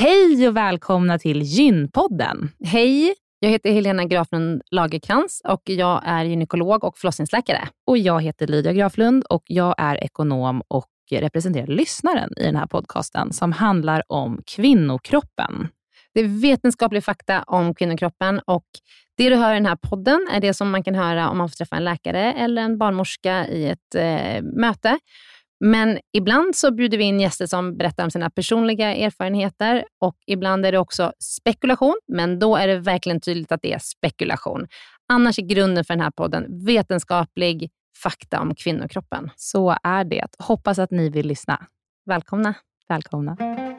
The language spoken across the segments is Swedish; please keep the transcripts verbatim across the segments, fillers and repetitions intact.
Hej och välkomna till Gynpodden. Hej, jag heter Helena Graflund Lagerkrans och jag är gynekolog och förlossningsläkare. Och jag heter Lydia Graflund och jag är ekonom och representerar lyssnaren i den här podcasten som handlar om kvinnokroppen. Det är vetenskaplig fakta om kvinnokroppen och det du hör i den här podden är det som man kan höra om man får träffa en läkare eller en barnmorska i ett eh, möte. Men ibland så bjuder vi in gäster som berättar om sina personliga erfarenheter och ibland är det också spekulation, men då är det verkligen tydligt att det är spekulation. Annars är grunden för den här podden vetenskaplig fakta om kvinnokroppen. Så är det. Hoppas att ni vill lyssna. Välkomna. Välkomna.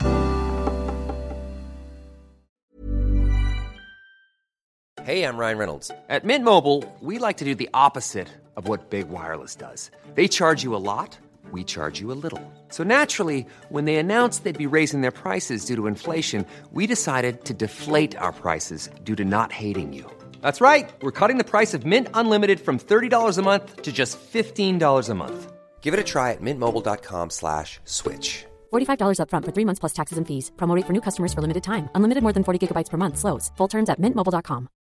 Hey, I'm Ryan Reynolds. At Mint Mobile, we like to do the opposite of what Big Wireless does. They charge you a lot. We charge you a little. So naturally, when they announced they'd be raising their prices due to inflation, we decided to deflate our prices due to not hating you. That's right. We're cutting the price of Mint Unlimited from thirty dollars a month to just fifteen dollars a month. Give it a try at mintmobile.com slash switch. forty-five dollars up front for three months plus taxes and fees. Promo rate for new customers for limited time. Unlimited more than forty gigabytes per month. Slows full terms at mint mobile dot com.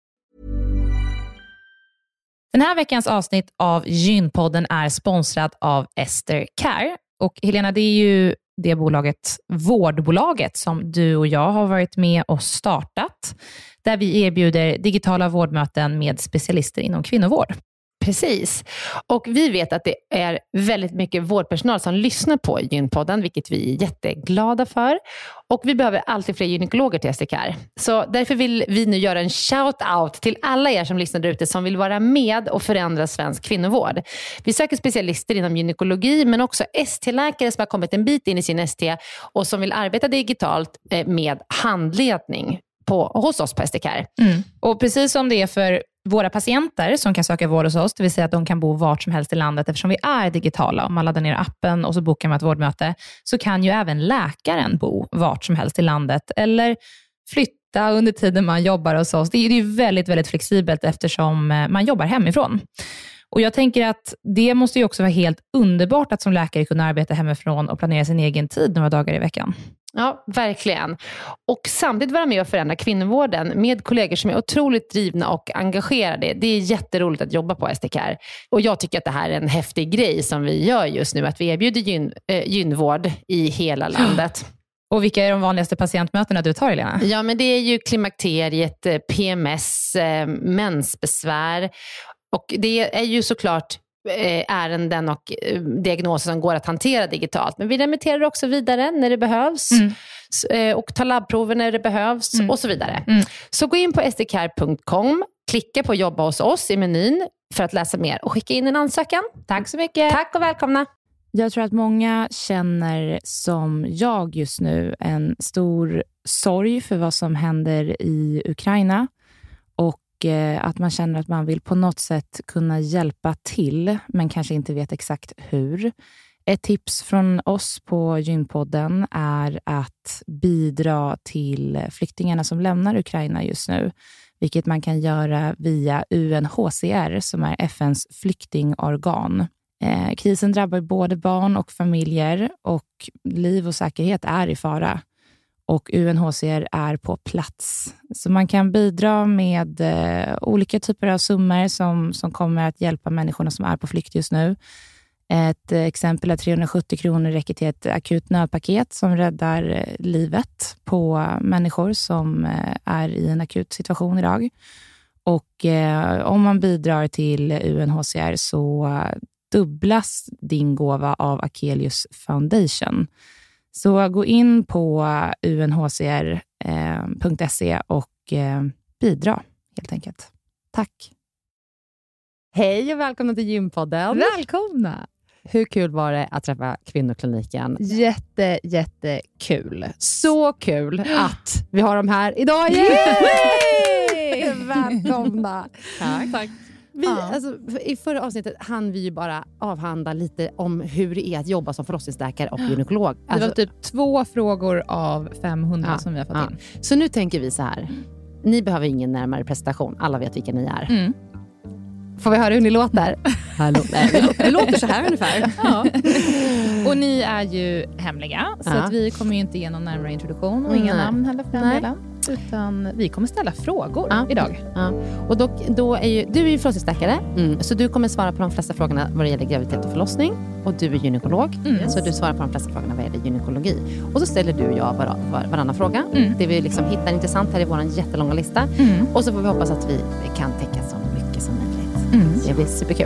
Den här veckans avsnitt av Gynpodden är sponsrad av Ester Care. Och Helena, det är ju det bolaget, vårdbolaget, som du och jag har varit med och startat. Där vi erbjuder digitala vårdmöten med specialister inom kvinnovård. Precis. Och vi vet att det är väldigt mycket vårdpersonal som lyssnar på Gynpodden, vilket vi är jätteglada för. Och vi behöver alltid fler gynekologer till S T K R. Så därför vill vi nu göra en shout-out till alla er som lyssnar där ute som vill vara med och förändra svensk kvinnovård. Vi söker specialister inom gynekologi men också S T-läkare som har kommit en bit in i sin S T och som vill arbeta digitalt med handledning på, hos oss på S T K R. Mm. Och precis som det är för våra patienter som kan söka vård hos oss, det vill säga att de kan bo vart som helst i landet eftersom vi är digitala. Om man laddar ner appen och så bokar man ett vårdmöte så kan ju även läkaren bo vart som helst i landet eller flytta under tiden man jobbar hos oss. Det är ju väldigt, väldigt flexibelt eftersom man jobbar hemifrån. Och jag tänker att det måste ju också vara helt underbart att som läkare kunna arbeta hemifrån och planera sin egen tid några dagar i veckan. Ja, verkligen. Och samtidigt vara med och förändra kvinnovården med kollegor som är otroligt drivna och engagerade. Det är jätteroligt att jobba på S T K R. Och jag tycker att det här är en häftig grej som vi gör just nu. Att vi erbjuder gyn, äh, gynvård i hela landet. Och vilka är de vanligaste patientmötena du tar, Helena? Ja, men det är ju klimakteriet, P M S, äh, mensbesvär. Och det är ju såklart ärenden och diagnoser som går att hantera digitalt. Men vi remitterar också vidare när det behövs. Mm. Och tar labbprover när det behövs mm. och så vidare. Mm. Så gå in på s t k r punkt com, klicka på jobba hos oss i menyn för att läsa mer och skicka in en ansökan. Tack så mycket. Tack och välkomna. Jag tror att många känner som jag just nu en stor sorg för vad som händer i Ukraina. Och att man känner att man vill på något sätt kunna hjälpa till men kanske inte vet exakt hur. Ett tips från oss på Gynpodden är att bidra till flyktingarna som lämnar Ukraina just nu. Vilket man kan göra via U N H C R som är F N:s flyktingorgan. Eh, krisen drabbar både barn och familjer och liv och säkerhet är i fara. Och U N H C R är på plats. Så man kan bidra med eh, olika typer av summor som, som kommer att hjälpa människorna som är på flykt just nu. Ett eh, exempel är trehundrasjuttio kronor räcker till ett akut nödpaket som räddar eh, livet på människor som eh, är i en akut situation idag. Och eh, om man bidrar till U N H C R så eh, dubblas din gåva av Akelius Foundation. Så gå in på u n h c r punkt s e och bidra helt enkelt. Tack. Hej och välkomna till Gynpodden. Välkomna. Hur kul var det att träffa Kvinnokliniken? Jätte, jättekul. Så kul att vi har dem här idag. Yay! Välkomna. Tack. Tack. Vi, ja. alltså, i förra avsnittet hann vi ju bara avhandla lite om hur det är att jobba som förlossningsläkare och gynekolog. Alltså, det var typ två frågor av femhundra ja, som vi har fått ja. in. Så nu tänker vi så här. Ni behöver ingen närmare presentation. Alla vet vilka ni är. Mm. Får vi höra hur ni låter? Hallå. Nej, vi, låter, vi låter så här ungefär. Ja. Och ni är ju hemliga, så Ja. att vi kommer ju inte ge någon närmare introduktion och Nej. inga namn heller för den Nej. delen. Utan vi kommer ställa frågor Ja. idag. Ja. Och då, då är ju, du är ju förlossningsläkare, Mm. så du kommer svara på de flesta frågorna vad det gäller graviditet och förlossning. Och du är gynekolog, Mm. så du svarar på de flesta frågorna vad det gäller gynekologi. Och så ställer du och jag var, var, varannan fråga. Mm. Det vi liksom hittar intressant här i vår jättelånga lista. Mm. Och så får vi hoppas att vi kan täcka så mycket som möjligt. Mm. Det blir superkul.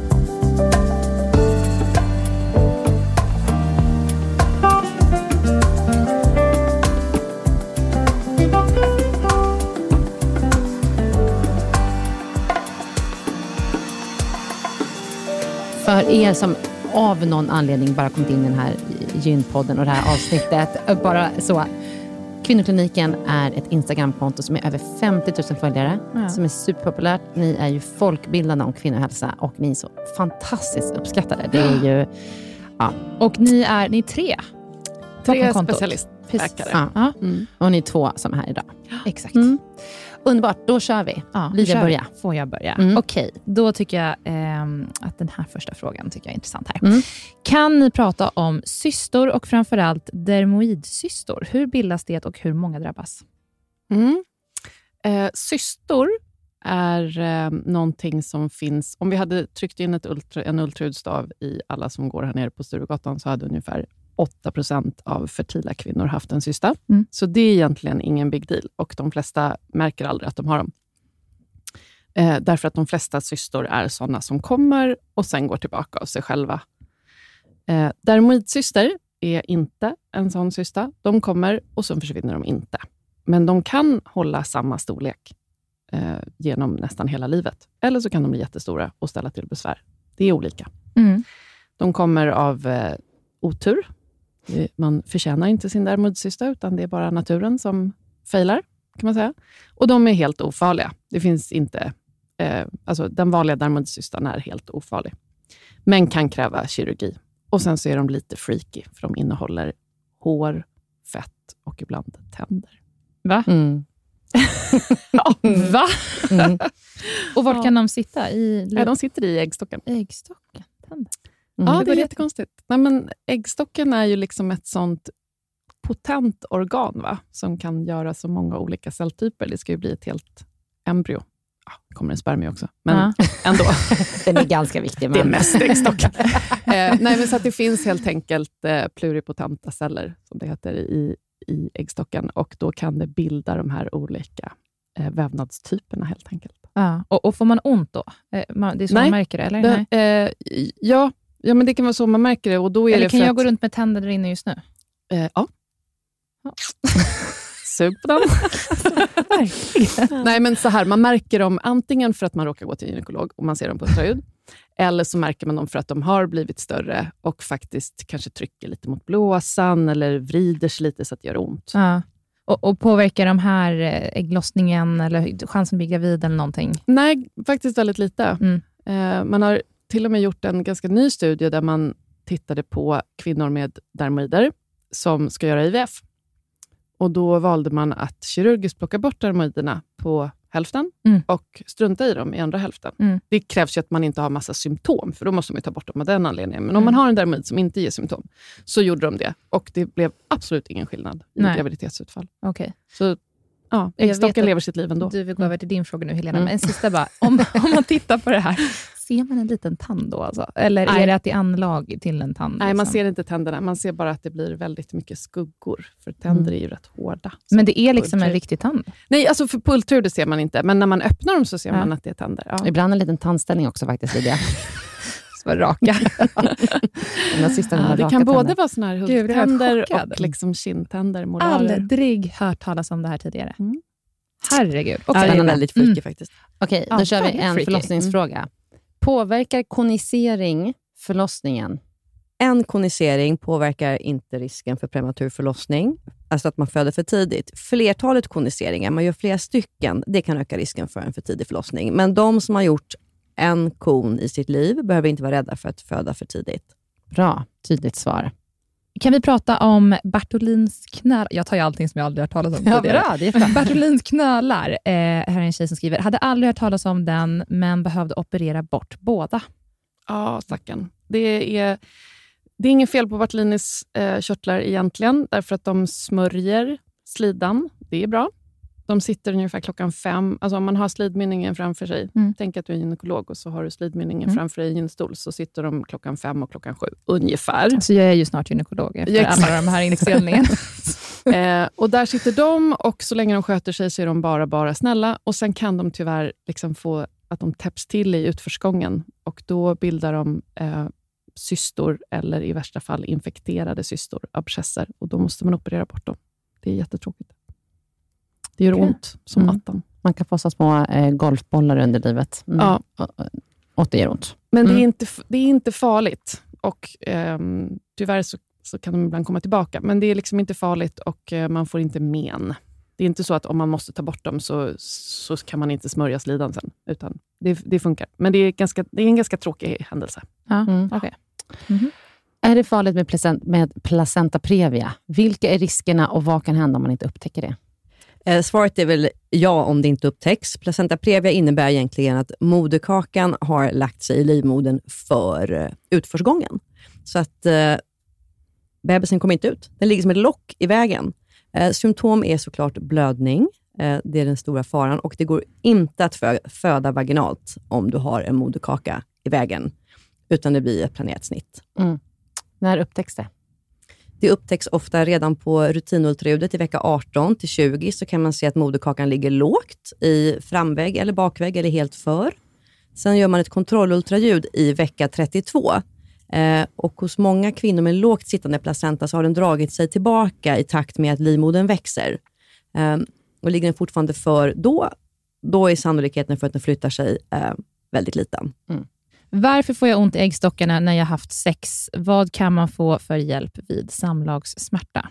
För er som av någon anledning bara kommit in i den här gynpodden och det här avsnittet, bara så. Kvinnokliniken är ett Instagramkonto som är över femtio tusen följare, Ja. som är superpopulärt. Ni är ju folkbildande om kvinnohälsa och ni är så fantastiskt uppskattade. Det är ju... Ja. Och ni är, ni är tre. Tre bakom kontot. specialistläkare. Ja. Ja, Mm. Och ni är två som är här idag. exakt. Mm. Underbart, då kör vi. Ja, Lydia, kör vi. börja. Får jag börja? Mm. Okej, då tycker jag ehm, att den här första frågan tycker jag är intressant här. Mm. Kan ni prata om cystor och framförallt dermoidcystor? Hur bildas det och hur många drabbas? Mm. Eh, cystor är eh, någonting som finns... Om vi hade tryckt in ett ultra, en ultraljudsstav i alla som går här nere på Sturegatan, så hade ungefär åtta procent av fertila kvinnor haft en cysta. Mm. Så det är egentligen ingen big deal. Och de flesta märker aldrig att de har dem. Eh, därför att de flesta cystor är sådana som kommer och sen går tillbaka av sig själva. Eh, dermoidcystor är inte en sån cysta. De kommer och sen försvinner de inte. Men de kan hålla samma storlek eh, genom nästan hela livet. Eller så kan de bli jättestora och ställa till besvär. Det är olika. Mm. De kommer av eh, otur. Man förtjänar inte sin dermoidcysta, utan det är bara naturen som failar, kan man säga. Och de är helt ofarliga. Det finns inte... Eh, alltså den vanliga dermoidcystan är helt ofarlig. Men kan kräva kirurgi. Och sen så är de lite freaky, för de innehåller hår, fett och ibland tänder. Va? Mm. Va? Mm. Och vart Ja. kan de sitta? I Ja, de sitter i äggstocken. äggstocken? Tänder. Mm. Ja, det det är var jättekonstigt. Nej, men äggstocken är ju liksom ett sånt potent organ, va? Som kan göra så många olika celltyper. Det ska ju bli ett helt embryo. Ja, det kommer en spermie också. Men Ja. ändå. Den är ganska viktig. Det är Men... mest äggstocken. eh, nej, men så att det finns helt enkelt eh, pluripotenta celler, som det heter, i, i äggstocken. Och då kan det bilda de här olika eh, vävnadstyperna helt enkelt. Ja. Och, och får man ont då? Eh, man, det är så Nej. man märker det, eller? Det, Nej. eh, ja, ja, men det kan vara så man märker det. Och då är Eller det kan för jag att, gå runt med tänder där inne just nu? Eh, ja. Ja. Sug på den. Nej, men så här, man märker dem antingen för att man råkar gå till gynekolog och man ser dem på ultraljud. Eller så märker man dem för att de har blivit större och faktiskt kanske trycker lite mot blåsan eller vrider sig lite så att det gör ont. Ja. Och, och påverkar de här eh, ägglossningen eller chansen att bli gravid eller någonting? Nej, faktiskt väldigt lite. Mm. Eh, man har till och med gjort en ganska ny studie där man tittade på kvinnor med dermoider som ska göra I V F. Och då valde man att kirurgiskt plocka bort dermoiderna på hälften Mm. och strunta i dem i andra hälften. Mm. Det krävs ju att man inte har massa symptom, för då måste man ju ta bort dem av den anledningen. Men om Mm. man har en dermoid som inte ger symptom, så gjorde de det. Och det blev absolut ingen skillnad i Nej. graviditetsutfall. Okej. Så ja, Jag vet äggstocken att lever sitt liv ändå. Du vill gå över till din fråga nu, Helena. Mm. Men en sista bara. Om, om man tittar på det här, ser man en liten tand då? Alltså? Eller Nej. är det att det är anlag till en tand? Nej, man liksom? ser inte tänderna. Man ser bara att det blir väldigt mycket skuggor. För tänder är ju rätt hårda. Så Men det är liksom en ultraljud. riktig tand? Nej, alltså för på ultraljud ser man inte. Men när man öppnar dem så ser Ja. man att det är tänder. Ja. Ibland en liten tandställning också faktiskt, Lydia. Så var raka. Den här sista Ja, har det raka kan både tänder. vara såna här Gud, jag är helt huggtänder chockad. och liksom kindtänder, molarer. Aldrig hört talas om det här tidigare. Mm. Herregud. Ja, Okej. den är väldigt freaky Mm. faktiskt. Okej, då Ja, kör vi väldigt en freaky. förlossningsfråga. Påverkar konisering förlossningen? En konisering påverkar inte risken för prematur förlossning, alltså att man föder för tidigt. Flertalet koniseringar, man gör flera stycken, det kan öka risken för en för tidig förlossning. Men de som har gjort en kon i sitt liv behöver inte vara rädda för att föda för tidigt. Bra, tydligt svar. Kan vi prata om Bartholins knölar? Jag tar ju allting som jag aldrig hört talas om Ja, tidigare. bra, det är bra. Bartholins knölar. Eh, här är en tjej som skriver, hade aldrig hört talas om den, men behövde operera bort båda. Ja, stackarn. Det är, det är ingen fel på Bartholinis eh, körtlar egentligen, därför att de smörjer slidan. Det är bra. De sitter ungefär klockan fem. Alltså om man har slidmynningen framför sig. Mm. Tänk att du är gynekolog och så har du slidmynningen Mm. framför dig i en stol. Så sitter de klockan fem och klockan sju. Ungefär. Alltså jag är ju snart gynekolog efter Ja, alla de här indelningen. eh, och där sitter de och så länge de sköter sig så är de bara, bara snälla. Och sen kan de tyvärr liksom få att de täpps till i utförsgången. Och då bildar de eh, cystor eller i värsta fall infekterade cystor, abscesser. Och då måste man operera bort dem. Det är jättetråkigt. Det gör Okej. ont som Mm. attan. Man kan få så små eh, golfbollar under livet. Mm. Ja. Och, och det gör ont. Men Mm. det, är inte, det är inte farligt. Och ehm, tyvärr så, så kan de ibland komma tillbaka. Men det är liksom inte farligt och eh, man får inte men. Det är inte så att om man måste ta bort dem så, så kan man inte smörja slidan sen. Utan det, det funkar. Men det är, ganska, det är en ganska tråkig händelse. Ja, Mm. okej. Är det farligt med, placent, med placenta previa? Vilka är riskerna och vad kan hända om man inte upptäcker det? Eh, svaret är väl ja om det inte upptäcks. Placenta previa innebär egentligen att moderkakan har lagt sig i livmodern för eh, utförsgången. Så att eh, bebisen kommer inte ut. Den ligger som ett lock i vägen. Eh, symptom är såklart blödning. Eh, det är den stora faran. Och det går inte att fö- föda vaginalt om du har en moderkaka i vägen. Utan det blir ett planerat snitt. Mm. När upptäcks det? Det upptäcks ofta redan på rutinultraljudet i vecka arton till tjugo, så kan man se att moderkakan ligger lågt i framvägg eller bakvägg eller helt för. Sen gör man ett kontrollultraljud i vecka trettiotvå. Eh, och hos många kvinnor med lågt sittande placenta så har den dragit sig tillbaka i takt med att livmodern växer. Eh, och ligger den fortfarande för då, då är sannolikheten för att den flyttar sig eh, väldigt liten. Mm. Varför får jag ont i äggstockarna när jag haft sex? Vad kan man få för hjälp vid samlagssmärta?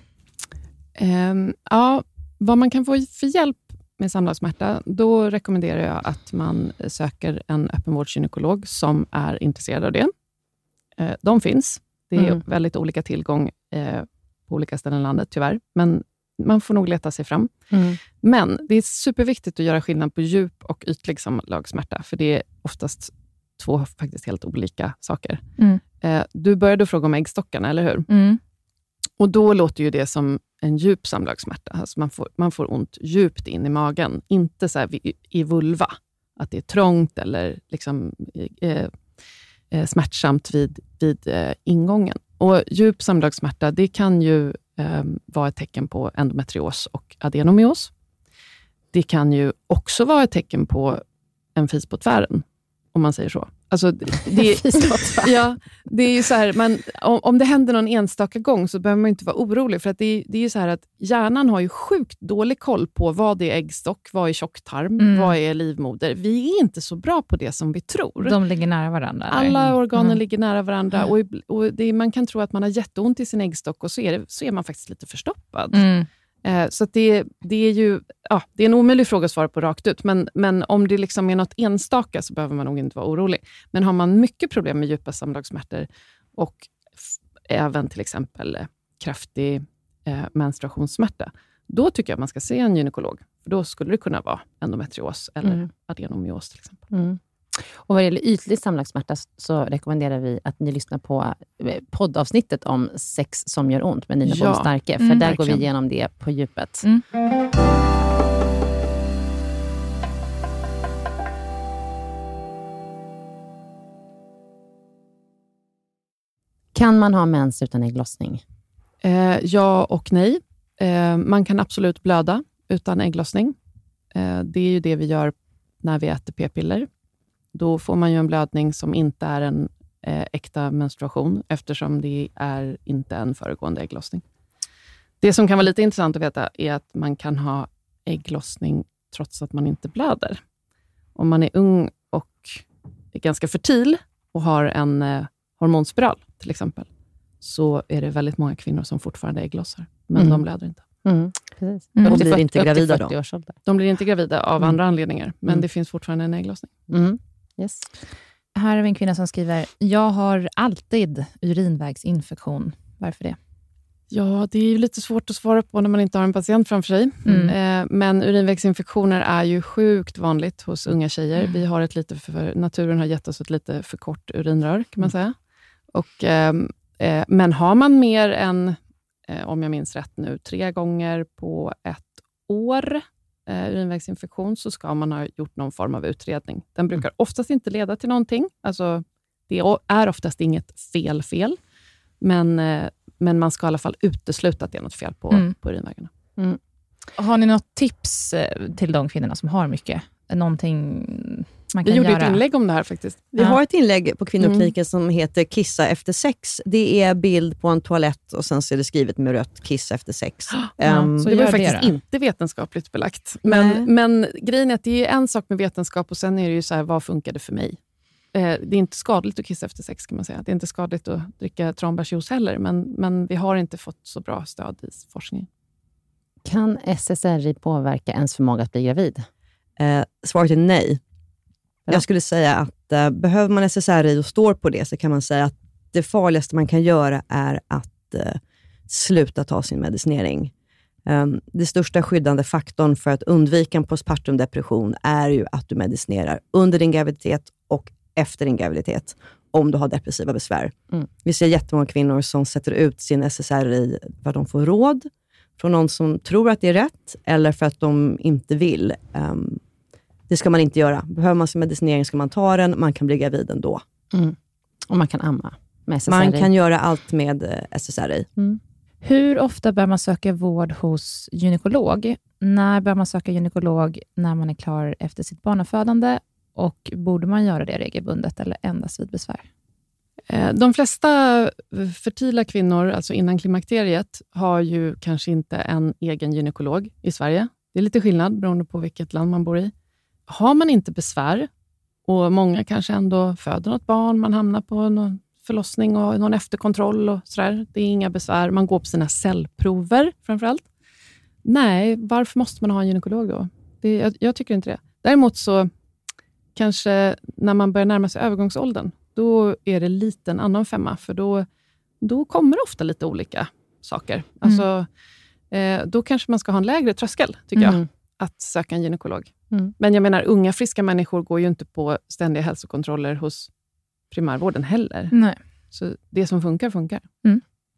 Ehm, ja, vad man kan få för hjälp med samlagssmärta, då rekommenderar jag att man söker en öppenvårdsgynekolog som är intresserad av det. Eh, de finns. Det är Mm. väldigt olika tillgång eh, på olika ställen i landet, tyvärr. Men man får nog leta sig fram. Mm. Men det är superviktigt att göra skillnad på djup och ytlig samlagssmärta, för det är oftast två faktiskt helt olika saker. Mm. Eh, du började fråga om äggstockarna, eller hur? Mm. Och då låter ju det som en djup samlagssmärta. Alltså man, får, man får ont djupt in i magen. Inte så här i, i vulva. Att det är trångt eller liksom, eh, eh, smärtsamt vid, vid eh, ingången. Och djup samlagssmärta, det kan ju eh, vara ett tecken på endometrios och adenomyos. Det kan ju också vara ett tecken på en fis på tvären, om man säger så. Alltså, det, det, ja, det är ju så här, man, om, om det händer någon enstaka gång så behöver man inte vara orolig, för att det, det är ju så här att hjärnan har ju sjukt dålig koll på vad är äggstock, vad är tjocktarm, Mm. vad är livmoder. Vi är inte så bra på det som vi tror. De ligger nära varandra. eller? Alla organen Mm. ligger nära varandra och, och det, man kan tro att man har jätteont i sin äggstock och så är, det, så är man faktiskt lite förstoppad. Mm. Eh, så att det, det är ju ja, det är en omöjlig fråga att svara på rakt ut. Men, men om det liksom är något enstaka så behöver man nog inte vara orolig. Men har man mycket problem med djupa samlagssmärtor och f- även till exempel eh, kraftig eh, menstruationssmärta, då tycker jag man ska se en gynekolog. För då skulle det kunna vara endometrios eller Mm. adenomyos till exempel. Mm. Och vad det gäller ytlig samlagssmärta så rekommenderar vi att ni lyssnar på poddavsnittet om sex som gör ont med Nina Ja. Bonn Starke. För Mm, där går verkligen. vi igenom det på djupet. Mm. Kan man ha mens utan ägglossning? Eh, ja och nej. Eh, man kan absolut blöda utan ägglossning. Eh, det är ju det vi gör när vi äter p-piller. Då får man ju en blödning som inte är en eh, äkta menstruation, eftersom det är inte en föregående ägglossning. Det som kan vara lite intressant att veta är att man kan ha ägglossning trots att man inte blöder. Om man är ung och är ganska fertil och har en eh, hormonspiral till exempel, så är det väldigt många kvinnor som fortfarande ägglossar, men Mm. de blöder inte. Mm, precis. Mm. Upp De till blir fyrtio inte upp till gravida då? fyrtio års ålder. De blir inte gravida av Mm. andra anledningar, men Mm. det finns fortfarande en ägglossning. Mm. Yes. Här har vi en kvinna som skriver, jag har alltid urinvägsinfektion. Varför det? Ja, det är ju lite svårt att svara på när man inte har en patient framför sig. Mm. Eh, men urinvägsinfektioner är ju sjukt vanligt hos unga tjejer. Mm. Vi har ett lite för, naturen har gett oss ett lite för kort urinrör, kan man mm. säga. Och, eh, eh, men har man mer än, eh, om jag minns rätt nu, tre gånger på ett år eh, urinvägsinfektion, så ska man ha gjort någon form av utredning. Den brukar mm. oftast inte leda till någonting. Alltså, det är oftast inget fel-fel. Men, eh, men man ska i alla fall utesluta att det är något fel på, mm. på urinvägarna. Mm. Har ni något tips till de kvinnorna som har mycket? Någonting man kan Vi gjorde göra? ett inlägg om det här faktiskt. Vi ja. har ett inlägg på Kvinnokliniken mm. som heter Kissa efter sex. Det är bild på en toalett och sen så är det skrivet med rött Kissa efter sex. Ja, um, så det var faktiskt det inte vetenskapligt belagt. Men, men grejen är att det är en sak med vetenskap och sen är det ju så här, vad funkar det för mig? Det är inte skadligt att kissa efter sex, kan man säga. Det är inte skadligt att dricka tranbärsjuice heller, men, men vi har inte fått så bra stöd i forskningen. Kan S S R I påverka ens förmåga att bli gravid? Eh, svaret är nej. Ja. Jag skulle säga att eh, behöver man S S R I och står på det, så kan man säga att det farligaste man kan göra är att eh, sluta ta sin medicinering. Um, det största skyddande faktorn för att undvika en postpartum depression är ju att du medicinerar under din graviditet och efter din graviditet, om du har depressiva besvär. Mm. Vi ser jättemånga kvinnor som sätter ut sin S S R I för att de får råd från någon som tror att det är rätt, eller för att de inte vill. Um, det ska man inte göra. Behöver man sin medicinering ska man ta den. Man kan bli gravid ändå. Mm. Och man kan amma med S S R I. Man kan göra allt med S S R I. Mm. Hur ofta bör man söka vård hos gynekolog? När bör man söka gynekolog när man är klar efter sitt barnafödande? Och borde man göra det regelbundet eller endast vid besvär? De flesta fertila kvinnor, alltså innan klimakteriet, har ju kanske inte en egen gynekolog i Sverige. Det är lite skillnad beroende på vilket land man bor i. Har man inte besvär, och många kanske ändå föder något barn, man hamnar på någon förlossning och någon efterkontroll och sådär. Det är inga besvär. Man går på sina cellprover framförallt. Nej, varför måste man ha en gynekolog då? Det, jag, jag tycker inte det. Däremot så kanske när man börjar närma sig övergångsåldern, då är det lite en annan femma. För då, då kommer det ofta lite olika saker. Mm. Alltså, eh, då kanske man ska ha en lägre tröskel, tycker mm. jag, att söka en gynekolog. Mm. Men jag menar, unga friska människor går ju inte på ständiga hälsokontroller hos primärvården heller. Nej. Så det som funkar, funkar. Mm.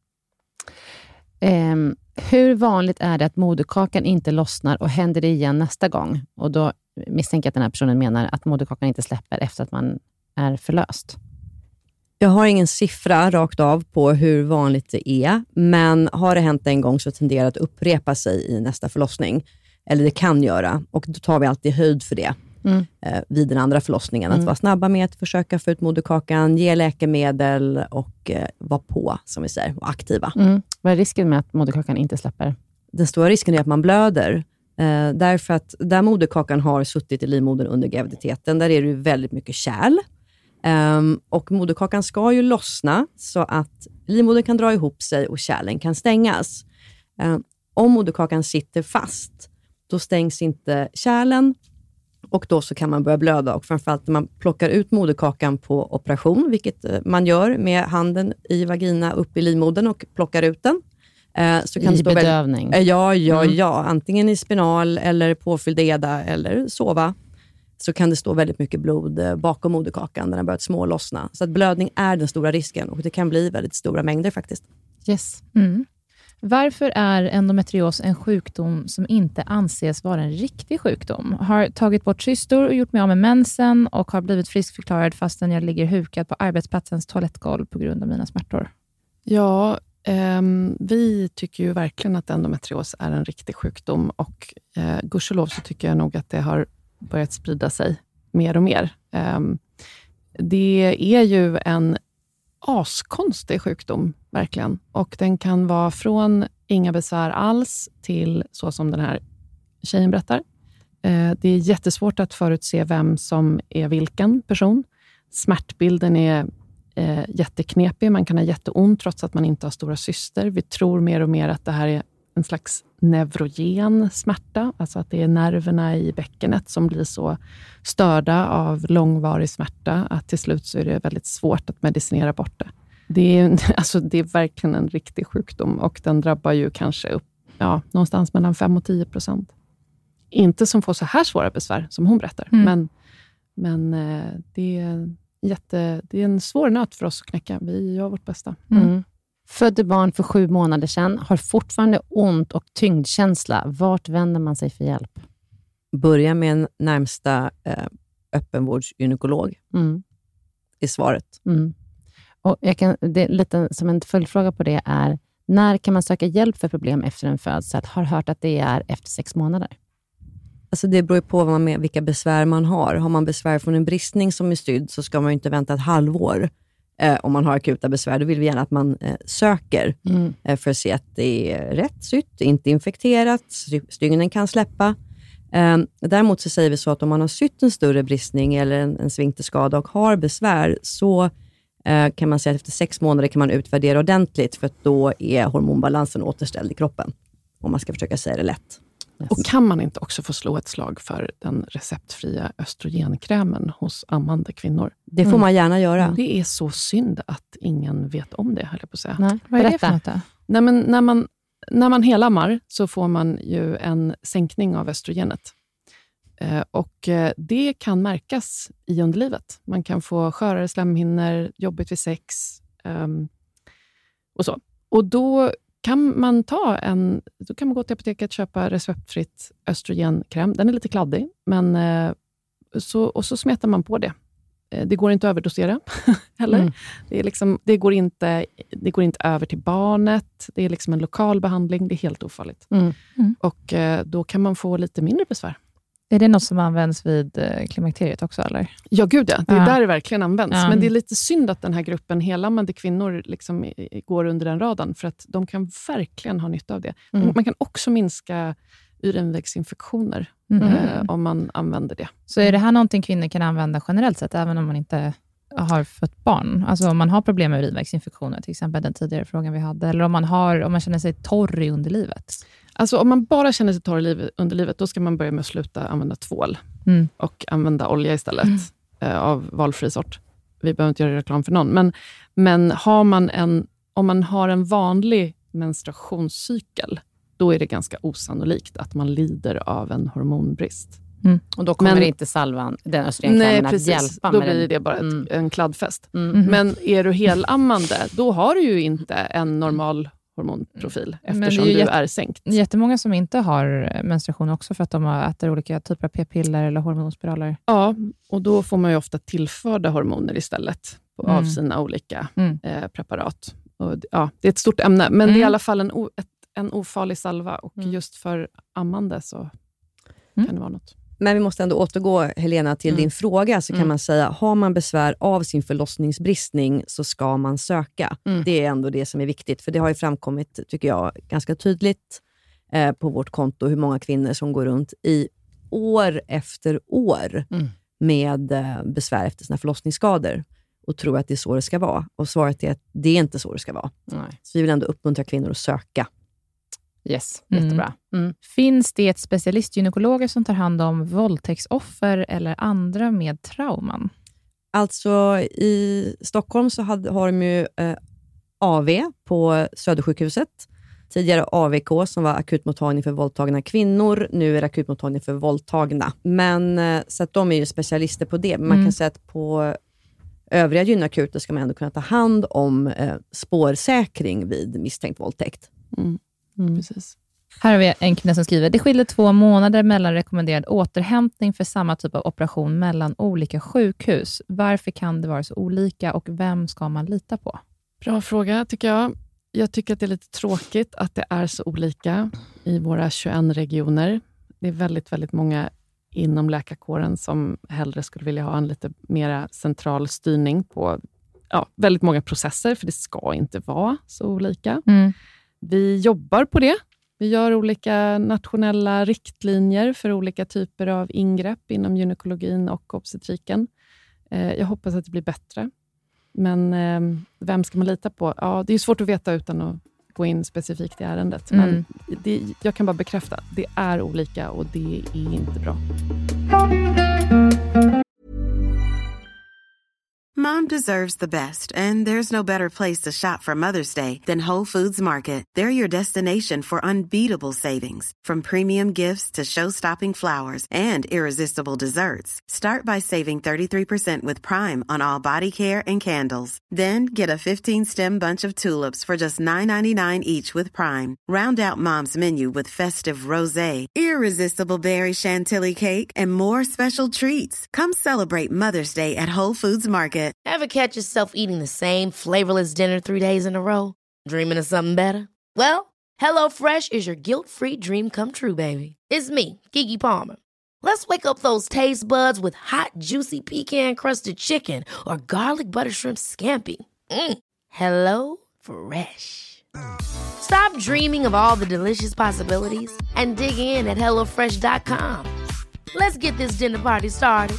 Um, hur vanligt är det att moderkakan inte lossnar och händer det igen nästa gång? Och då misstänker jag att den här personen menar att moderkakan inte släpper efter att man är förlöst. Jag har ingen siffra rakt av på hur vanligt det är, men har det hänt en gång så tenderar det att upprepa sig i nästa förlossning. Eller det kan göra, och då tar vi alltid höjd för det. Mm. Eh, vid den andra förlossningen. Mm. Att vara snabba med att försöka få ut moderkakan, ge läkemedel och eh, vara på, som vi säger, och aktiva. Mm. Vad är risken med att moderkakan inte släpper? Den stora risken är att man blöder. Eh, därför att där moderkakan har suttit i livmodern under graviditeten, där är det ju väldigt mycket kärl. Eh, och moderkakan ska ju lossna så att livmodern kan dra ihop sig och kärlen kan stängas. Eh, om moderkakan sitter fast, då stängs inte kärlen. Och då så kan man börja blöda, och framförallt när man plockar ut moderkakan på operation, vilket man gör med handen i vagina upp i livmodern och plockar ut den. Eh, så kan I det stå bedövning? Väl, ja, ja, mm. ja. Antingen i spinal eller påfylld eda eller sova. Så kan det stå väldigt mycket blod bakom moderkakan när den börjat smålossna. Så att blödning är den stora risken, och det kan bli väldigt stora mängder faktiskt. Yes. Mm. Varför är endometrios en sjukdom som inte anses vara en riktig sjukdom? Har tagit bort cystor och gjort mig av med mensen och har blivit friskförklarad fastän jag ligger hukad på arbetsplatsens toalettgolv på grund av mina smärtor. Ja, eh, vi tycker ju verkligen att endometrios är en riktig sjukdom, och eh, gudskelov så tycker jag nog att det har börjat sprida sig mer och mer. Eh, det är ju en askonstig sjukdom, verkligen. Och den kan vara från inga besvär alls till så som den här tjejen berättar. Eh, det är jättesvårt att förutse vem som är vilken person. Smärtbilden är eh, jätteknepig. Man kan ha jätteont trots att man inte har stora cyster. Vi tror mer och mer att det här är en slags neurogen smärta. Alltså att det är nerverna i bäckenet som blir så störda av långvarig smärta att till slut så är det väldigt svårt att medicinera bort det. Det är, alltså, det är verkligen en riktig sjukdom och den drabbar ju kanske upp, ja, någonstans mellan fem och tio procent. Inte som får så här svåra besvär som hon berättar, mm. men, men det, är jätte, det är en svår nöt för oss att knäcka. Vi gör vårt bästa. Mm. Mm. Födde barn för sju månader sedan, har fortfarande ont och tyngdkänsla. Vart vänder man sig för hjälp? Börja med en närmsta eh, öppenvårdsgynekolog. Mm. I svaret. Mm. Och jag kan, det är lite som en följdfråga på det är, när kan man söka hjälp för problem efter en födsel? Har hört att det är efter sex månader. Alltså det beror på vad man med, vilka besvär man har. Har man besvär från en bristning som är styrd så ska man ju inte vänta ett halvår. Eh, om man har akuta besvär, då vill vi gärna att man eh, söker mm. eh, för att se att det är rätt sytt, inte infekterat, stygnen kan släppa. Eh, däremot så säger vi så att om man har sytt en större bristning eller en, en sfinkterskada och har besvär, så eh, kan man säga att efter sex månader kan man utvärdera ordentligt, för att då är hormonbalansen återställd i kroppen. Om man ska försöka säga det lätt. Yes. Och kan man inte också få slå ett slag för den receptfria östrogenkrämen hos ammande kvinnor? Det får mm. man gärna göra. Det är så synd att ingen vet om det, höll jag på att säga. Nej, vad är det för något då? Nej, men när man, när man helammar så får man ju en sänkning av östrogenet. Eh, och eh, det kan märkas i underlivet. Man kan få skörare slemhinnor, jobbigt vid sex eh, och så. Och då kan man ta en, då kan man gå till apoteket och köpa receptfritt östrogenkräm. Den är lite kladdig, men eh, så, och så smetar man på det. Eh, det går inte att överdosera heller. Mm. Det, är liksom, det, går inte, det går inte över till barnet. Det är liksom en lokal behandling. Det är helt ofarligt. Mm. Mm. Och eh, då kan man få lite mindre besvär. Är det något som används vid klimakteriet också, eller? Ja, gud ja. Det är ja. där det verkligen används. Ja. Men det är lite synd att den här gruppen helammande kvinnor liksom går under den radarn, för att de kan verkligen ha nytta av det. Mm. Man kan också minska urinvägsinfektioner mm. eh, om man använder det. Så är det här någonting kvinnor kan använda generellt sett, även om man inte har fått barn? Alltså om man har problem med urinvägsinfektioner, till exempel den tidigare frågan vi hade, eller om man, har, om man känner sig torr i underlivet? Alltså om man bara känner sig torr i underlivet, då ska man börja med att sluta använda tvål mm. och använda olja istället mm. eh, av valfri sort. Vi behöver inte göra reklam för någon. Men, men har man en, om man har en vanlig menstruationscykel, då är det ganska osannolikt att man lider av en hormonbrist. Mm. Och då kommer men, inte salvan, den östrogenkrämen, att hjälpa. Då med blir den. det bara ett, mm. en kladdfest. Mm. Mm. Men är du helammande, då har du ju inte en normal hormonprofil, eftersom är du jätt- är sänkt. Jättemånga som inte har menstruation också för att de äter olika typer av p-piller eller hormonspiraler. Ja, och då får man ju ofta tillförda hormoner istället på, mm. av sina olika mm. eh, preparat. Och, ja, det är ett stort ämne, men mm. det är i alla fall en, o, ett, en ofarlig salva, och mm. just för ammande så mm. kan det vara något. Men vi måste ändå återgå, Helena, till mm. din fråga, så kan mm. man säga, har man besvär av sin förlossningsbristning så ska man söka. Mm. Det är ändå det som är viktigt, för det har ju framkommit, tycker jag, ganska tydligt eh, på vårt konto hur många kvinnor som går runt i år efter år mm. med eh, besvär efter sina förlossningsskador och tror att det är så det ska vara. Och svaret är att det är inte så det ska vara. Nej. Så vi vill ändå uppmuntra kvinnor att söka. Yes, jättebra. Mm. Mm. Finns det ett specialistgynekologer som tar hand om våldtäktsoffer eller andra med trauman? Alltså i Stockholm så hade, har de ju eh, A V på Södersjukhuset. Tidigare A V K som var akutmottagning för våldtagna kvinnor. Nu är det akutmottagning för våldtagna. Men eh, så att de är ju specialister på det. Men man mm. kan säga att på övriga gynakuter ska man ändå kunna ta hand om eh, spårsäkring vid misstänkt våldtäkt. Mm. Mm. Precis. Här har vi en kvinna som skriver: det skiljer två månader mellan rekommenderad återhämtning för samma typ av operation mellan olika sjukhus. Varför kan det vara så olika och vem ska man lita på? Bra fråga tycker jag. Jag tycker att det är lite tråkigt att det är så olika i våra tjugoett regioner. Det är väldigt, väldigt många inom läkarkåren som hellre skulle vilja ha en lite mera central styrning på ja, väldigt många processer, för det ska inte vara så olika. Mm. Vi jobbar på det. Vi gör olika nationella riktlinjer för olika typer av ingrepp inom gynekologin och obstetriken. Eh, jag hoppas att det blir bättre. Men eh, vem ska man lita på? Ja, det är svårt att veta utan att gå in specifikt i ärendet. Men mm. det, jag kan bara bekräfta, det är olika och det är inte bra. Mom Mom deserves the best, and there's no better place to shop for Mother's Day than Whole Foods Market. They're your destination for unbeatable savings, from premium gifts to show-stopping flowers and irresistible desserts. Start by saving thirty-three percent with Prime on all body care and candles. Then get a fifteen-stem bunch of tulips for just nine ninety-nine each with Prime. Round out Mom's menu with festive rosé, irresistible berry chantilly cake, and more special treats. Come celebrate Mother's Day at Whole Foods Market. Ever catch yourself eating the same flavorless dinner three days in a row? Dreaming of something better? Well, HelloFresh is your guilt-free dream come true, baby. It's me, Keke Palmer. Let's wake up those taste buds with hot, juicy pecan-crusted chicken or garlic butter shrimp scampi. Mm. Hello Fresh. Stop dreaming of all the delicious possibilities and dig in at hello fresh dot com. Let's get this dinner party started.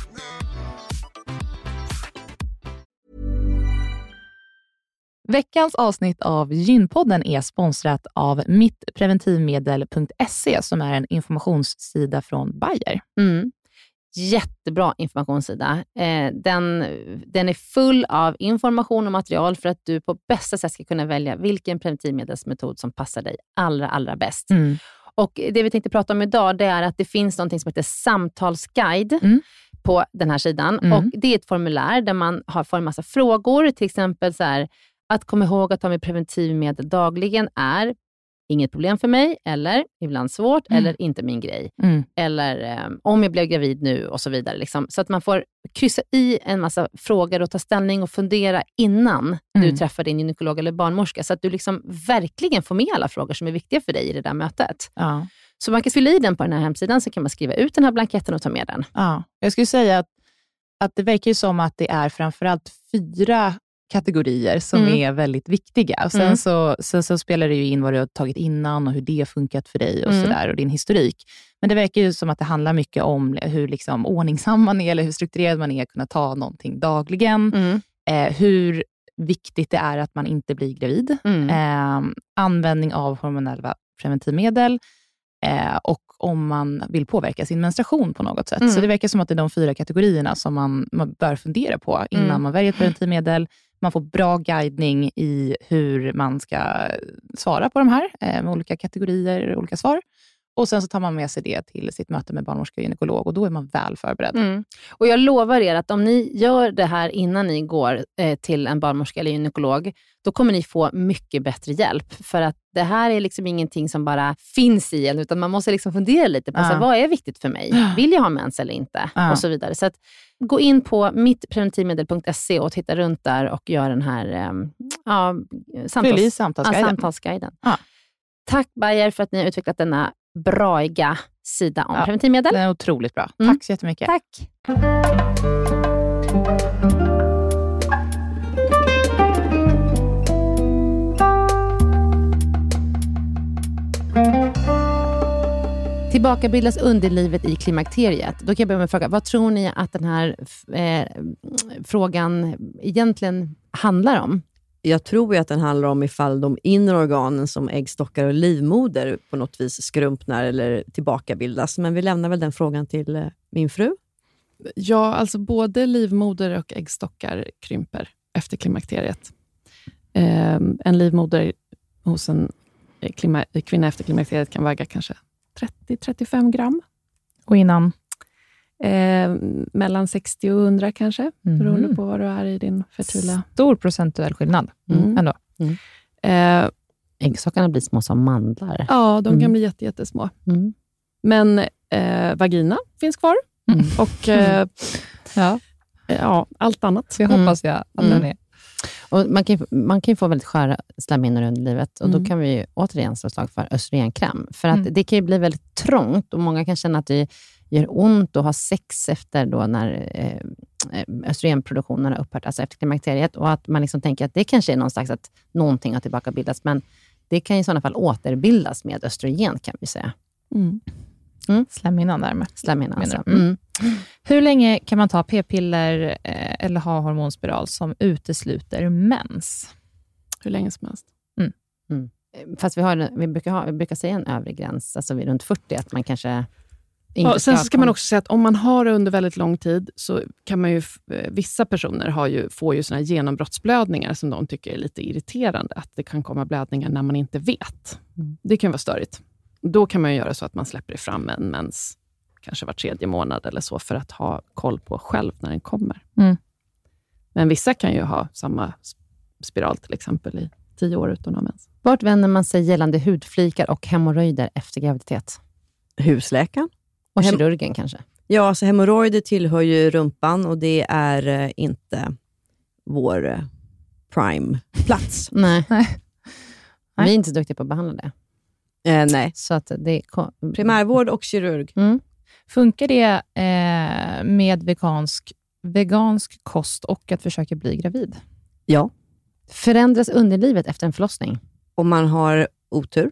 Veckans avsnitt av Gynpodden är sponsrat av mitt preventivmedel punkt se som är en informationssida från Bayer. Mm. Jättebra informationssida. Eh, den, den är full av information och material för att du på bästa sätt ska kunna välja vilken preventivmedelsmetod som passar dig allra, allra bäst. Mm. Och det vi tänkte prata om idag, det är att det finns något som heter samtalsguide mm. på den här sidan. Mm. Och det är ett formulär där man har får en massa frågor, till exempel så här: att komma ihåg att ta med preventivmedel dagligen är inget problem för mig, eller ibland svårt, mm. eller inte min grej. Mm. Eller um, om jag blev gravid nu och så vidare. Liksom. Så att man får kryssa i en massa frågor och ta ställning och fundera innan mm. du träffar din gynekolog eller barnmorska. Så att du liksom verkligen får med alla frågor som är viktiga för dig i det där mötet. Ja. Så man kan fylla i den på den här hemsidan, så kan man skriva ut den här blanketten och ta med den. Ja. Jag skulle säga att, att det verkar ju som att det är framförallt fyra kategorier som mm. är väldigt viktiga. Och sen, mm. så, sen så spelar det ju in vad du har tagit innan och hur det har funkat för dig och mm. sådär, och din historik. Men det verkar ju som att det handlar mycket om hur liksom ordningsam man är eller hur strukturerad man är, kunna ta någonting dagligen. Mm. Eh, hur viktigt det är att man inte blir gravid. Mm. Eh, användning av hormonella preventivmedel. Eh, och om man vill påverka sin menstruation på något sätt. Mm. Så det verkar som att det är de fyra kategorierna som man, man bör fundera på innan mm. man väljer ett preventivmedel. Man får bra guidning i hur man ska svara på de här eh, med olika kategorier och olika svar. Och sen så tar man med sig det till sitt möte med barnmorska och gynekolog, och då är man väl förberedd. Mm. Och jag lovar er att om ni gör det här innan ni går eh, till en barnmorska eller gynekolog, då kommer ni få mycket bättre hjälp. För att det här är liksom ingenting som bara finns i en, utan man måste liksom fundera lite på ja. så här, vad är viktigt för mig? Vill jag ha mens eller inte? Ja. Och så vidare. Så att gå in på mitt preventivmedel punkt se och titta runt där och gör den här eh, ja, samtals- samtalsguiden. Ja, samtalsguiden. Ja. Tack Bayer för att ni har utvecklat denna braiga sida om ja, preventivmedel. Den är otroligt bra. Mm. Tack så jättemycket. Tack. Tillbakabildas underlivet i klimakteriet. Då kan jag börja med att fråga, vad tror ni att den här eh, frågan egentligen handlar om? Jag tror ju att den handlar om ifall de inre organen som äggstockar och livmoder på något vis skrumpnar eller tillbakabildas. Men vi lämnar väl den frågan till eh, min fru. Ja, alltså både livmoder och äggstockar krymper efter klimakteriet. Eh, en livmoder hos en klima- kvinna efter klimakteriet kan väga kanske trettio till trettiofem gram. Och innan? Eh, mellan sextio och hundra kanske, mm. beroende på vad du är i din fertila. Stor procentuell skillnad mm. ändå. Mm. Eh, Äggstockarna blir små som mandlar. Ja, de mm. kan bli jätte, jättesmå. Mm. Men eh, vagina finns kvar. Mm. Och eh, ja. ja, allt annat. Det hoppas jag att mm. den är. Och man kan, man kan ju få väldigt sköra slemhinnor under livet. Och mm. då kan vi ju återigen slå slag för östrogenkräm. För att mm. det kan ju bli väldigt trångt. Och många kan känna att det gör ont att ha sex efter då när eh, östrogenproduktionen har upphört. Alltså efter klimakteriet. Och att man liksom tänker att det kanske är någon slags att någonting har tillbakabildas. Men det kan i sådana fall återbildas med östrogen, kan vi säga. Mm. Mm. Slemhinnan där med. Slemhinnan alltså. Mm. Mm. Hur länge kan man ta p-piller eh, eller ha hormonspiral som utesluter mens? Hur länge som helst. Mm. Mm. Fast vi, har, vi, brukar ha, vi brukar säga en övre gräns, alltså vid runt fyrtio, att man kanske inte Ja, sen ska ska man kom- också säga att om man har det under väldigt lång tid så kan man ju, vissa personer har ju, får ju såna här genombrottsblödningar som de tycker är lite irriterande. Att det kan komma blödningar när man inte vet. Mm. Det kan vara störigt. Då kan man ju göra så att man släpper fram en mens kanske var tredje månad eller så för att ha koll på själv när den kommer. Mm. Men vissa kan ju ha samma spiral till exempel i tio år utan att ha mens. Vart vänder man sig gällande hudflikar och hemorrojder efter graviditet? Husläkaren. Och Hem- kirurgen kanske? Ja, så hemorrojder tillhör ju rumpan och det är eh, inte vår eh, prime-plats. Nej. Nej. Vi är inte så duktiga på att behandla det. eh, nej. Så att det kom... Primärvård och kirurg. Mm. Funkar det eh, med vegansk, vegansk kost och att försöka bli gravid? Ja. Förändras underlivet efter en förlossning? Om man har otur.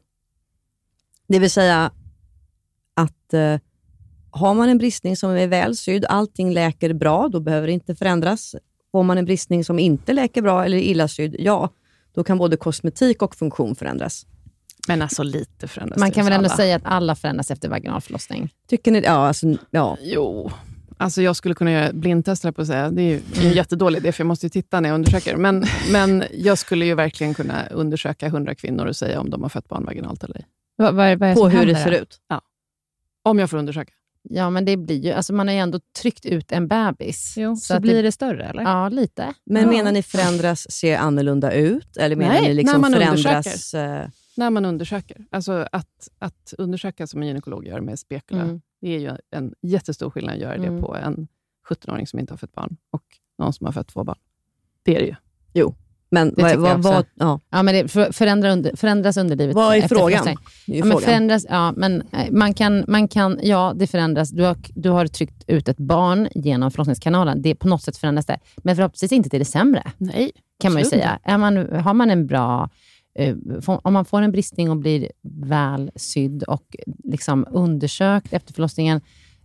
Det vill säga att eh, har man en bristning som är väl sydd, allting läker bra, då behöver det inte förändras. Får man en bristning som inte läker bra eller är illa sydd, ja, då kan både kosmetik och funktion förändras. Men alltså lite förändras. Man det kan hos väl ändå alla. säga att alla förändras efter vaginal förlossning? Tycker ni? Ja, alltså, ja. Jo, alltså jag skulle kunna göra blindtester på att säga. Det är ju en jättedålig idé för jag måste ju titta när jag undersöker. Men, men jag skulle ju verkligen kunna undersöka hundra kvinnor och säga om de har fött barn vaginalt eller ej. Vad, vad, är- vad är det På som hur händer det ser där? ut. Om jag får undersöka. Ja, men det blir ju... Alltså man har ju ändå tryckt ut en bebis. Jo, så att blir det större, eller? Ja, lite. Men ja. menar ni förändras, ser annorlunda ut? Eller menar Nej, ni när liksom man förändras? eh, När man undersöker. Alltså att, att undersöka som en gynekolog gör med spekula. Mm. Det är ju en jättestor skillnad att göra det Mm. på en sjuttonåring som inte har fött barn och någon som har fött två barn. Det är det ju. Men Det vad, tycker jag vad, vad, också. ja. Ja, men det för, förändrar under, förändras underlivet. vad är efter frågan? förlossning. Det är ju Ja, men frågan. förändras, ja, men eh, man kan, man kan, ja, det förändras. Du har, du har tryckt ut ett barn genom förlossningskanalen. Det på något sätt förändras det. Men förhoppningsvis inte till det sämre, Nej. kan man ju absolut säga. Är man, har man en bra... eh, får- Om man får en bristning och blir väl sydd och liksom undersökt efter förlossningen,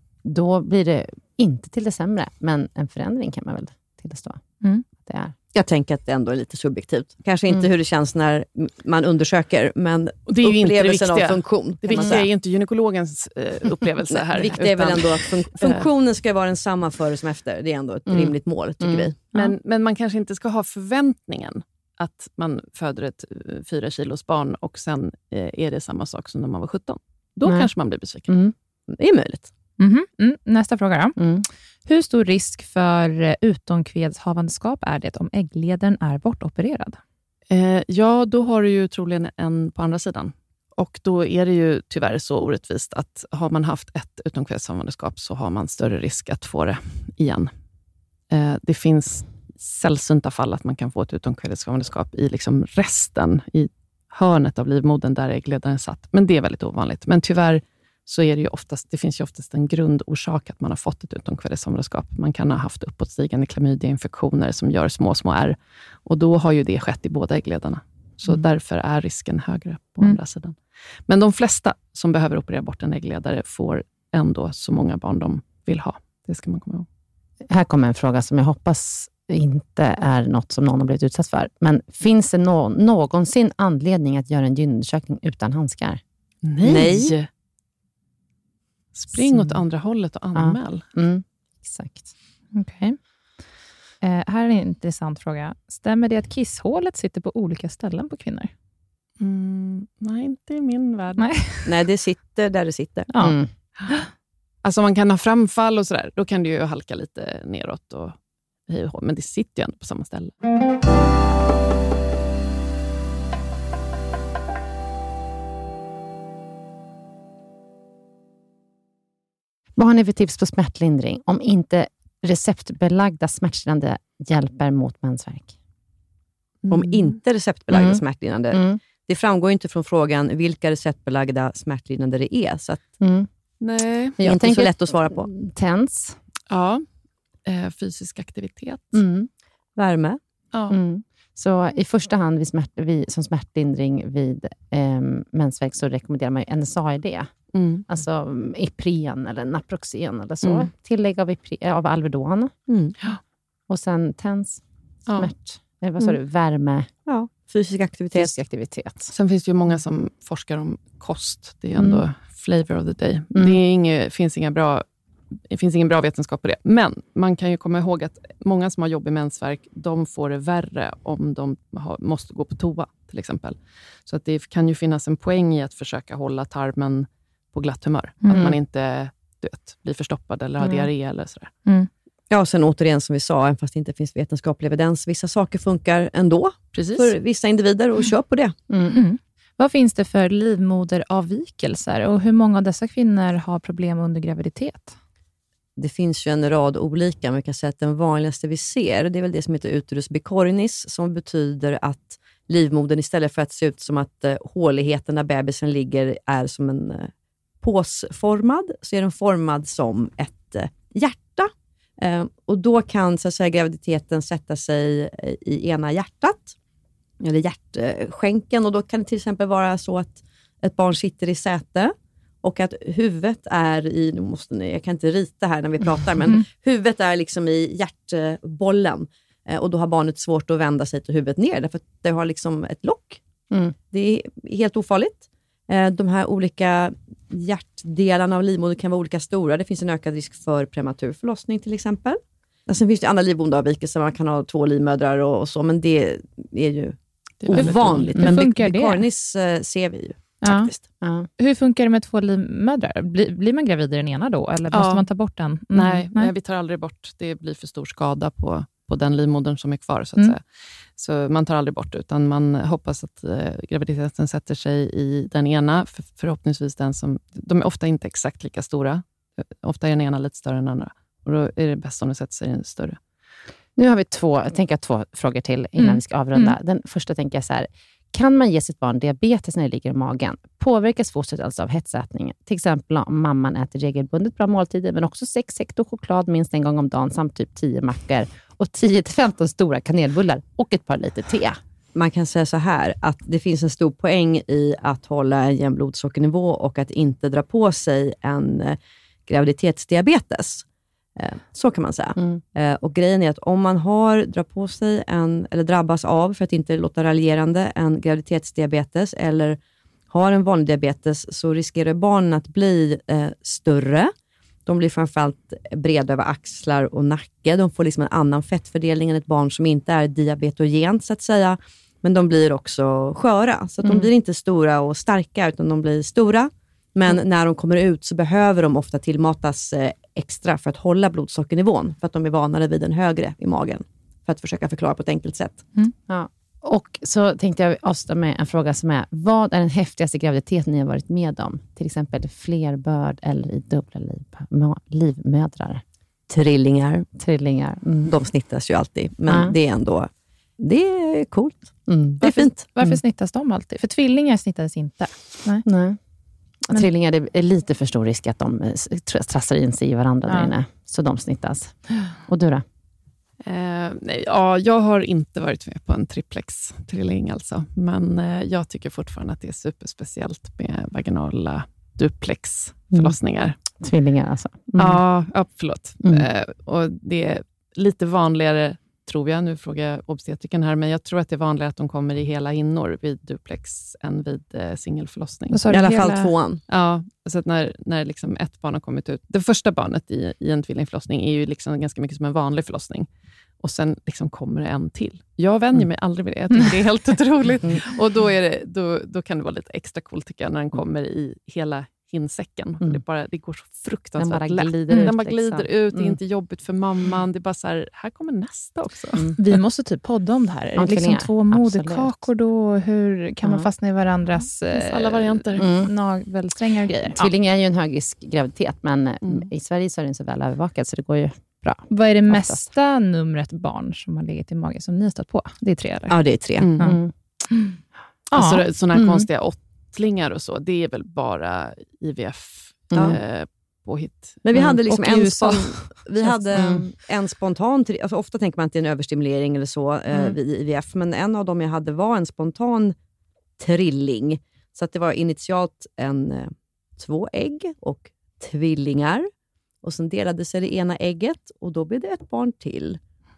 då blir det inte till det sämre. Men en förändring kan man väl tillstå. Mm. Det är. Jag tänker att det ändå är lite subjektivt. Kanske inte Mm. hur det känns när man undersöker, men Och det är ju inte det upplevelsen av viktiga. funktion. Det kan man viktiga säga. är ju inte gynekologens eh, upplevelse här. Det viktiga är väl utan- ändå att fun- funktionen ska vara densamma före som efter. Det är ändå ett Mm. rimligt mål, tycker Mm. vi. Men, men man kanske inte ska ha förväntningen att man föder ett eh, fyra kilos barn och sen eh, är det samma sak som när man var sjutton. Då Nej. kanske man blir besviken. Mm. Det är möjligt. Mhm. Mm. Nästa fråga då. Mm. Hur stor risk för eh, utomkvedshavandeskap är det om äggledaren är bortopererad? Eh, ja, då har du ju troligen en på andra sidan. Och då är det ju tyvärr så orättvist att har man haft ett utomkvedshavandeskap så har man större risk att få det igen. Eh, det finns sällsynta fall att man kan få ett utomkvedshavandeskap i liksom resten, i hörnet av livmodern där äggledaren satt. Men det är väldigt ovanligt. Men tyvärr så är det ju oftast, det finns ju oftast en grundorsak att man har fått ett utomkvedshavandeskap. Man kan ha haft uppåtstigande klamydiainfektioner som gör små, små ärr. Och då har ju det skett i båda äggledarna. Så Mm. därför är risken högre på Mm. andra sidan. Men de flesta som behöver operera bort en äggledare får ändå så många barn de vill ha. Det ska man komma ihåg. Här kommer en fråga som jag hoppas inte är något som någon har blivit utsatt för. Men finns det nå- någonsin anledning att göra en gynundersökning utan handskar? Nej! Nej. Spring Så- åt andra hållet och anmäl. Mm, exakt. Okej. Eh, här är en intressant fråga. Stämmer det att kisshålet sitter på olika ställen på kvinnor? Mm, nej, inte i min värld. Nej. Nej, det sitter där det sitter. Ja. Mm. Alltså man kan ha framfall och sådär. Då kan det ju halka lite neråt och hej och hå, men det sitter ju ändå på samma ställe. Vad har ni för tips på smärtlindring om inte receptbelagda smärtstillande hjälper mot mensvärk? Om inte receptbelagda Mm. smärtlindrande. Mm. Det framgår ju inte från frågan vilka receptbelagda smärtlindande det är. Så att Mm. Nej. det är inte så lätt att svara på. Tens. Ja. Eh, fysisk aktivitet. Mm. Värme. Ja. Mm. Så i första hand vid smärt, vid, som smärtlindring vid eh, mensvärk så rekommenderar man ju N S A I D. Mm. Alltså mm, Ipren eller Naproxen eller så. Mm. Tillägg av, Ipre, av Alvedon. Mm. Och sen Tens, Ja. smärt, eh, vad sa Mm. du, värme, Ja. Fysisk aktivitet. Fysisk aktivitet. Sen finns det ju många som forskar om kost. Det är ändå mm. flavor of the day. Mm. Det är inget, finns inga bra, det finns ingen bra vetenskap på det. Men man kan ju komma ihåg att många som har jobb i mensvärk, de får det värre om de har, måste gå på toa till exempel. Så att det kan ju finnas en poäng i att försöka hålla tarmen på glatt humör. Mm. Att man inte du vet, blir förstoppad eller har mm. diarré eller sådär. Mm. Ja, och sen återigen som vi sa, även fast det inte finns vetenskaplig evidens, vissa saker funkar ändå. Precis. För vissa individer och mm. kör på det. Mm. Mm. Vad finns det för livmoderavvikelser och hur många av dessa kvinnor har problem under graviditet? Det finns ju en rad olika, men vi kan säga att den vanligaste vi ser, det är väl det som heter uterus bicornis, som betyder att livmodern istället för att se ut som att eh, håligheten där bebisen ligger är som en eh, påsformad, så är den formad som ett eh, hjärta. Eh, och då kan så att säga, graviditeten sätta sig eh, i ena hjärtat, eller hjärtskänken, och då kan det till exempel vara så att ett barn sitter i säte och att huvudet är i, nu måste ni, jag kan inte rita här när vi pratar, men mm. huvudet är liksom i hjärtbollen eh, och då har barnet svårt att vända sig till huvudet ner därför att det har liksom ett lock. Mm. Det är helt ofarligt. Eh, de här olika hjärtdelarna av livmodern kan vara olika stora. Det finns en ökad risk för prematur förlossning till exempel. Och sen finns det andra livmoderavvikelser, man kan ha två livmödrar och, och så, men det är ju det är ovanligt. Men funkar det? Bicornis eh, ser vi ju. Ja. Ja. Hur funkar det med två livmödrar? Blir, blir man gravid i den ena då? Eller ja. måste man ta bort den? Mm. Nej, nej, vi tar aldrig bort. Det blir för stor skada på, på den livmodern som är kvar. Så att mm. säga. Så man tar aldrig bort, utan man hoppas att eh, graviditeten sätter sig i den ena. För, förhoppningsvis den som... De är ofta inte exakt lika stora. Ofta är den ena lite större än den andra. Och då är det bäst om den sätter sig i den större. Nu har vi två, jag tänker två frågor till innan mm. vi ska avrunda. Mm. Den första tänker jag så här. Kan man ge sitt barn diabetes när det ligger i magen? Påverkas fostret alltså av hetsätning? Till exempel om mamman äter regelbundet bra måltider, men också sex hekto choklad minst en gång om dagen samt typ tio mackor och tio till femton stora kanelbullar och ett par liter te. Man kan säga så här att det finns en stor poäng i att hålla en jämn blodsockernivå och att inte dra på sig en eh, graviditetsdiabetes. Eh, så kan man säga. Mm. Eh, och grejen är att om man har drar på sig en, eller drabbas av, för att inte låta raljerande, en graviditetsdiabetes eller har en vanlig diabetes, så riskerar barnen att bli eh, större. De blir framförallt breda över axlar och nacke. De får liksom en annan fettfördelning än ett barn som inte är diabetogent så att säga. Men de blir också sköra. Så att mm. de blir inte stora och starka, utan de blir stora. Men mm. när de kommer ut så behöver de ofta tillmatas eh, extra för att hålla blodsockernivån. För att de är vanare vid en högre i magen. För att försöka förklara på ett enkelt sätt. Mm. Ja. Och så tänkte jag avsluta med en fråga som är: vad är den häftigaste graviditeten ni har varit med om? Till exempel flerbörd eller i dubbla liv, livmödrar. Trillingar. Trillingar. Mm. De snittas ju alltid. Men ja. det är ändå, det är coolt. Mm. Det är varför, fint. Varför mm. snittas de alltid? För tvillingar snittades inte. Nej. Nej. Men trillingar, det är lite för stor risk att de trassar in sig i varandra ja. där inne. Så de snittas. Och du då? Eh, nej, ja, jag har inte varit med på en triplex-trilling alltså. Men eh, jag tycker fortfarande att det är superspeciellt med vaginala duplex-förlossningar. Mm. Tvillingar alltså? Mm. Ja, ja, förlåt. Mm. Eh, och det är lite vanligare, tror jag, nu frågar jag obstetriken här, men jag tror att det är vanligare att de kommer i hela hinnor vid duplex än vid eh, singelförlossning. I alla hela... fall tvåan. Ja, så att när, när liksom ett barn har kommit ut, det första barnet i, i en tvillingförlossning är ju liksom ganska mycket som en vanlig förlossning. Och sen liksom kommer det en till. Jag vänjer mig mm. aldrig vid det. Jag tycker det är helt otroligt. Mm. Och då, är det, då, då kan det vara lite extra coolt tycker jag, när den kommer i hela hinsäcken. Mm. Det, bara, det går så fruktansvärt den bara lätt. Glider ut, den bara glider liksom. ut. Det är mm. inte jobbigt för mamman. Det är bara så här, här kommer nästa också. Mm. Vi måste typ podda om det här. Är det liksom två moderkakor då? Hur kan mm. man fastna i varandras eh, alla varianter. Mm. navelsträngar och grejer? Tvillingar är ju en hög risk graviditet, men mm. i Sverige så är den så väl övervakad så det går ju bra. Vad är det oftast. Mesta numret barn som har legat i magen som ni har stått på? Det är tre eller? Ja, det är tre. Mm. Mm. Mm. Alltså, sådana här mm. konstiga åttlingar och så, det är väl bara I V F mm. eh, påhitt. Men vi hade liksom en, spon- vi hade mm. en spontan, alltså ofta tänker man att det är en överstimulering eller så eh, mm. vid I V F, men en av dem jag hade var en spontan trilling. Så att det var initialt en eh, två ägg och tvillingar. Och sen delade sig det ena ägget och då blev det ett barn till.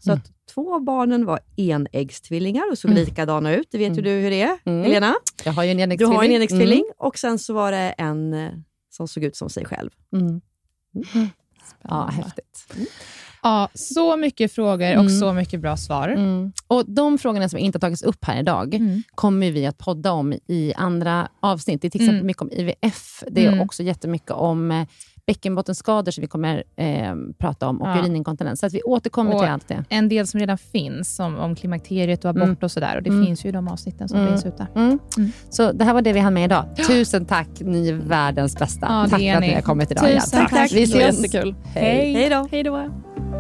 Så Mm. att två av barnen var enäggstvillingar och såg Mm. likadana ut. Det vet ju Mm. du hur det är, Mm. Helena. Jag har ju en Du enäggstvilling. har en enäggstvilling. Och sen så var det en eh, som såg ut som sig själv. Mm. Mm. Ja, häftigt. Ja, så mycket frågor och Mm. så mycket bra svar. Mm. Och de frågorna som inte har tagits upp här idag Mm. kommer vi att podda om i andra avsnitt. Det är till exempel Mm. mycket om I V F. Det är Mm. också jättemycket om eh, bäckenbottenskador som vi kommer eh, prata om och Ja. urininkontinens. Så att vi återkommer Och till allt det. En del som redan finns som, om klimakteriet och abort Mm. och sådär. Och det Mm. finns ju i de avsnitten som Mm. finns ute. Mm. Mm. Så det här var det vi hann med idag. Tusen tack, ni är världens bästa. Ja, det tack är för att ni. ni har kommit idag. Tusen igen. tack. Vi Det var ses. jättekul. Hej. Hej då. Hej då.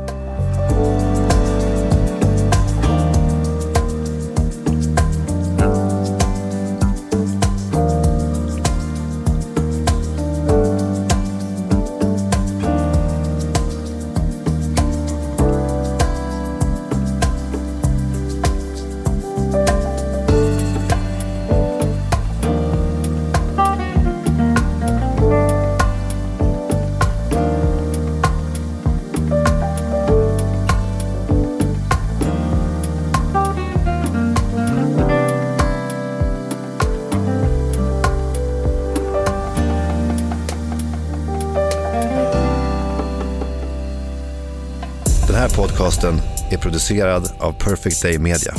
Den här podcasten är producerad av Perfect Day Media.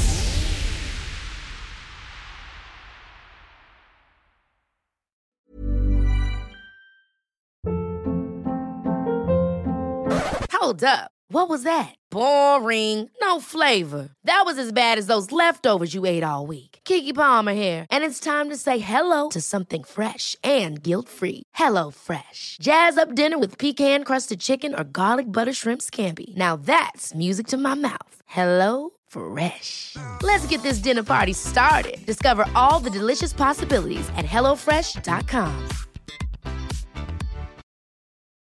Hold up. What was that? Boring. No flavor. That was as bad as those leftovers you ate all week. Keke Palmer here, and it's time to say hello to something fresh and guilt-free. Hello Fresh. Jazz up dinner with pecan-crusted chicken or garlic butter shrimp scampi. Now that's music to my mouth. Hello Fresh. Let's get this dinner party started. Discover all the delicious possibilities at hello fresh dot com.